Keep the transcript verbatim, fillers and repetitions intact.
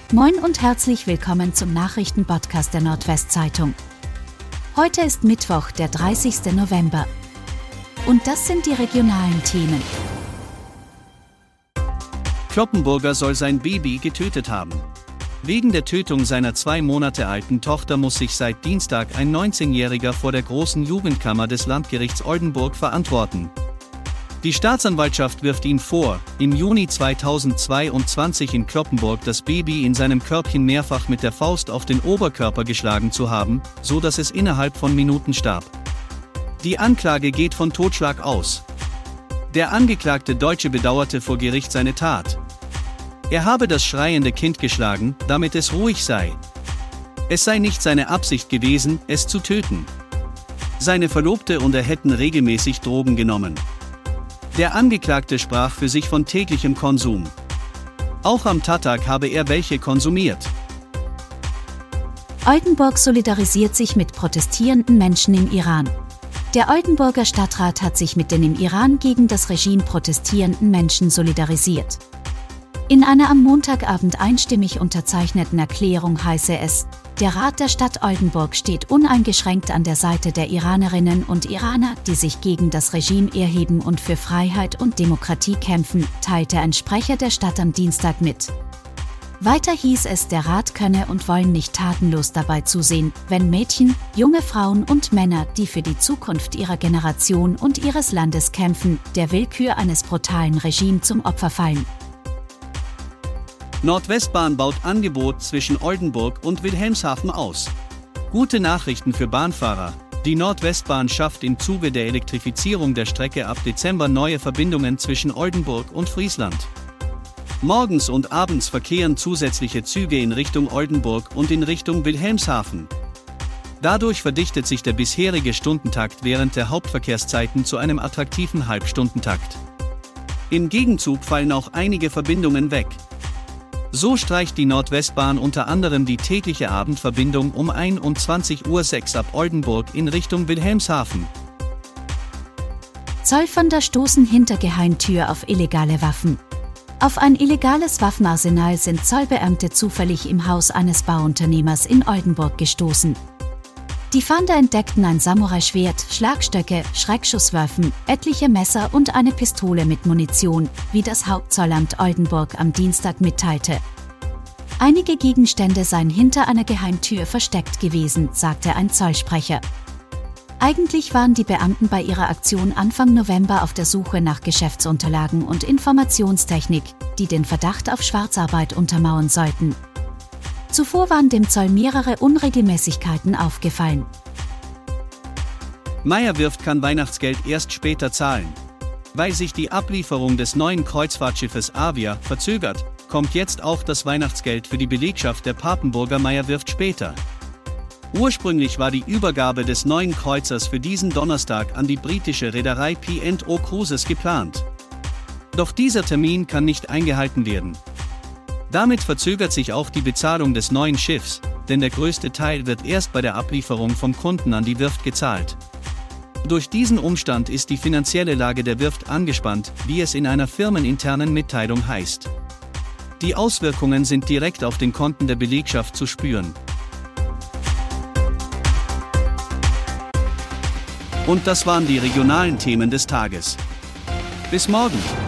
Moin und herzlich willkommen zum Nachrichtenpodcast der Nordwestzeitung. Heute ist Mittwoch, der dreißigste November. Und das sind die regionalen Themen. Cloppenburger soll sein Baby getötet haben. Wegen der Tötung seiner zwei Monate alten Tochter muss sich seit Dienstag ein neunzehnjähriger vor der großen Jugendkammer des Landgerichts Oldenburg verantworten. Die Staatsanwaltschaft wirft ihm vor, im Juni zweitausendzweiundzwanzig in Cloppenburg das Baby in seinem Körbchen mehrfach mit der Faust auf den Oberkörper geschlagen zu haben, so dass es innerhalb von Minuten starb. Die Anklage geht von Totschlag aus. Der angeklagte Deutsche bedauerte vor Gericht seine Tat. Er habe das schreiende Kind geschlagen, damit es ruhig sei. Es sei nicht seine Absicht gewesen, es zu töten. Seine Verlobte und er hätten regelmäßig Drogen genommen. Der Angeklagte sprach für sich von täglichem Konsum. Auch am Tattag habe er welche konsumiert. Oldenburg solidarisiert sich mit protestierenden Menschen im Iran. Der Oldenburger Stadtrat hat sich mit den im Iran gegen das Regime protestierenden Menschen solidarisiert. In einer am Montagabend einstimmig unterzeichneten Erklärung heiße es: Der Rat der Stadt Oldenburg steht uneingeschränkt an der Seite der Iranerinnen und Iraner, die sich gegen das Regime erheben und für Freiheit und Demokratie kämpfen, teilte ein Sprecher der Stadt am Dienstag mit. Weiter hieß es, der Rat könne und wollen nicht tatenlos dabei zusehen, wenn Mädchen, junge Frauen und Männer, die für die Zukunft ihrer Generation und ihres Landes kämpfen, der Willkür eines brutalen Regimes zum Opfer fallen. Nordwestbahn baut Angebot zwischen Oldenburg und Wilhelmshaven aus. Gute Nachrichten für Bahnfahrer. Die Nordwestbahn schafft im Zuge der Elektrifizierung der Strecke ab Dezember neue Verbindungen zwischen Oldenburg und Friesland. Morgens und abends verkehren zusätzliche Züge in Richtung Oldenburg und in Richtung Wilhelmshaven. Dadurch verdichtet sich der bisherige Stundentakt während der Hauptverkehrszeiten zu einem attraktiven Halbstundentakt. Im Gegenzug fallen auch einige Verbindungen weg. So streicht die Nordwestbahn unter anderem die tägliche Abendverbindung um einundzwanzig Uhr sechs ab Oldenburg in Richtung Wilhelmshaven. Zollfahnder stoßen hinter Geheimtür auf illegale Waffen. Auf ein illegales Waffenarsenal sind Zollbeamte zufällig im Haus eines Bauunternehmers in Oldenburg gestoßen. Die Fahnder entdeckten ein Samurai-Schwert, Schlagstöcke, Schreckschusswaffen, etliche Messer und eine Pistole mit Munition, wie das Hauptzollamt Oldenburg am Dienstag mitteilte. Einige Gegenstände seien hinter einer Geheimtür versteckt gewesen, sagte ein Zollsprecher. Eigentlich waren die Beamten bei ihrer Aktion Anfang November auf der Suche nach Geschäftsunterlagen und Informationstechnik, die den Verdacht auf Schwarzarbeit untermauern sollten. Zuvor waren dem Zoll mehrere Unregelmäßigkeiten aufgefallen. Mayr-Werft kann Weihnachtsgeld erst später zahlen. Weil sich die Ablieferung des neuen Kreuzfahrtschiffes Avia verzögert, kommt jetzt auch das Weihnachtsgeld für die Belegschaft der Papenburger Mayr-Werft später. Ursprünglich war die Übergabe des neuen Kreuzers für diesen Donnerstag an die britische Reederei P and O Cruises geplant. Doch dieser Termin kann nicht eingehalten werden. Damit verzögert sich auch die Bezahlung des neuen Schiffs, denn der größte Teil wird erst bei der Ablieferung vom Kunden an die Werft gezahlt. Durch diesen Umstand ist die finanzielle Lage der Werft angespannt, wie es in einer firmeninternen Mitteilung heißt. Die Auswirkungen sind direkt auf den Konten der Belegschaft zu spüren. Und das waren die regionalen Themen des Tages. Bis morgen!